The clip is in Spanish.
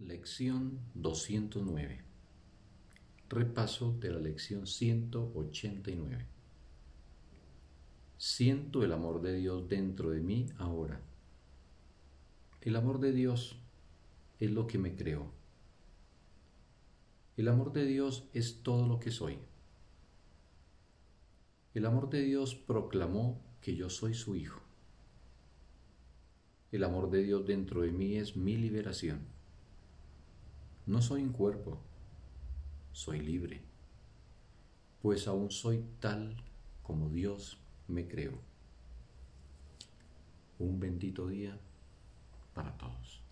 Lección 209. Repaso de la lección 189. Siento el amor de Dios dentro de mí ahora. El amor de Dios es lo que me creó. El amor de Dios es todo lo que soy. El amor de Dios proclamó que yo soy su hijo. El amor de Dios dentro de mí es mi liberación. No soy un cuerpo, soy libre, pues aún soy tal como Dios me creó. Un bendito día para todos.